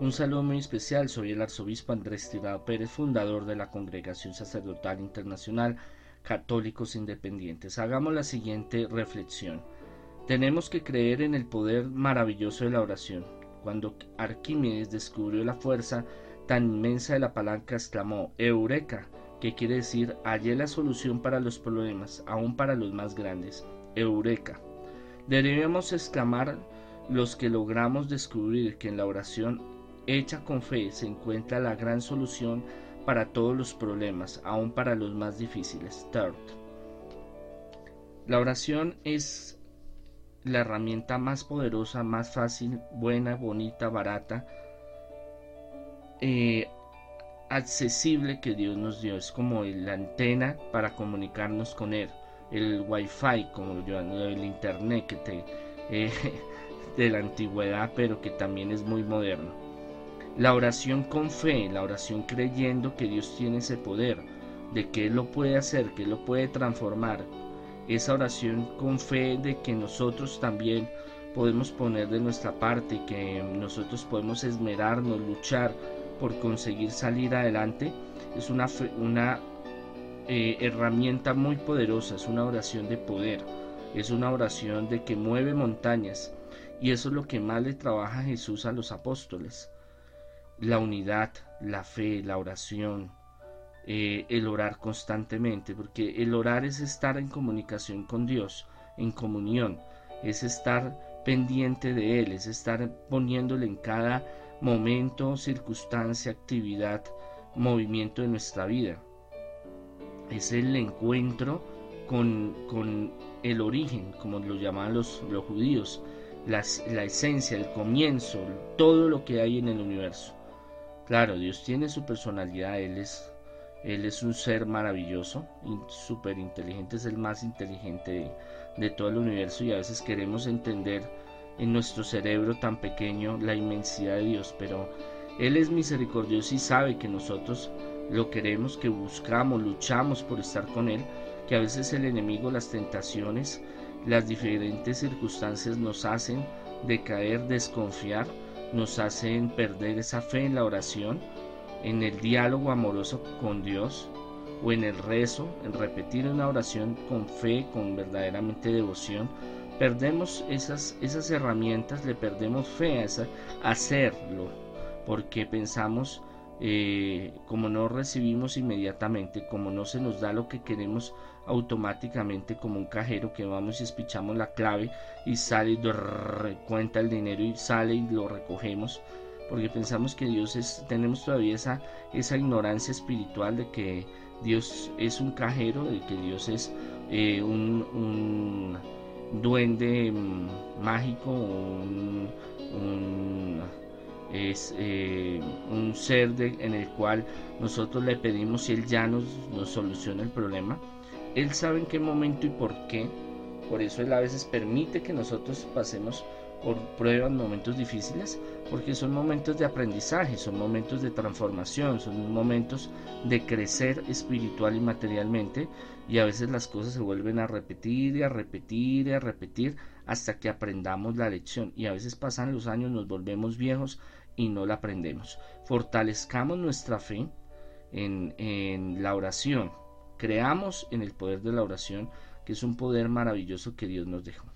Un saludo muy especial, soy el arzobispo Andrés Tirado Pérez, fundador de la Congregación Sacerdotal Internacional Católicos Independientes. Hagamos la siguiente reflexión. Tenemos que creer en el poder maravilloso de la oración. Cuando Arquímedes descubrió la fuerza tan inmensa de la palanca, exclamó Eureka, que quiere decir hallé la solución para los problemas, aún para los más grandes. Eureka. Debemos exclamar los que logramos descubrir que en la oración hecha con fe se encuentra la gran solución para todos los problemas, aún para los más difíciles. Third. La oración es la herramienta más poderosa, más fácil, buena, bonita, barata, accesible que Dios nos dio. Es como la antena para comunicarnos con Él, el wifi, como yo, el internet de la antigüedad, pero que también es muy moderno. La oración con fe, la oración creyendo que Dios tiene ese poder, de que Él lo puede hacer, que Él lo puede transformar. Esa oración con fe de que nosotros también podemos poner de nuestra parte, que nosotros podemos esmerarnos, luchar por conseguir salir adelante, es una herramienta muy poderosa, es una oración de poder, es una oración de que mueve montañas, y eso es lo que más le trabaja Jesús a los apóstoles. La unidad, la fe, la oración, el orar constantemente, porque el orar es estar en comunicación con Dios, en comunión, es estar pendiente de Él, es estar poniéndole en cada momento, circunstancia, actividad, movimiento de nuestra vida. Es el encuentro con el origen, como lo llamaban los judíos, la esencia, el comienzo, todo lo que hay en el universo. Claro, Dios tiene su personalidad, Él es un ser maravilloso y súper inteligente, es el más inteligente de todo el universo, y a veces queremos entender en nuestro cerebro tan pequeño la inmensidad de Dios, pero Él es misericordioso y sabe que nosotros lo queremos, que buscamos, luchamos por estar con Él, que a veces el enemigo, las tentaciones, las diferentes circunstancias nos hacen decaer, desconfiar, nos hacen perder esa fe en la oración, en el diálogo amoroso con Dios, o en el rezo, en repetir una oración con fe, con verdaderamente devoción. Perdemos esas herramientas, le perdemos fe a hacerlo, porque pensamos, como no recibimos inmediatamente, como no se nos da lo que queremos automáticamente, como un cajero que vamos y espichamos la clave y sale y cuenta el dinero y sale y lo recogemos, porque pensamos que Dios tenemos todavía esa ignorancia espiritual de que Dios es un cajero, de que Dios es un duende mágico, es un ser en el cual nosotros le pedimos y Él ya nos soluciona el problema. Él sabe en qué momento y por qué. Por eso Él a veces permite que nosotros pasemos por pruebas, momentos difíciles, porque son momentos de aprendizaje, son momentos de transformación, son momentos de crecer espiritual y materialmente, y a veces las cosas se vuelven a repetir y a repetir y a repetir hasta que aprendamos la lección, y a veces pasan los años, nos volvemos viejos y no la aprendemos. Fortalezcamos nuestra fe en la oración, creamos en el poder de la oración, que es un poder maravilloso que Dios nos dejó.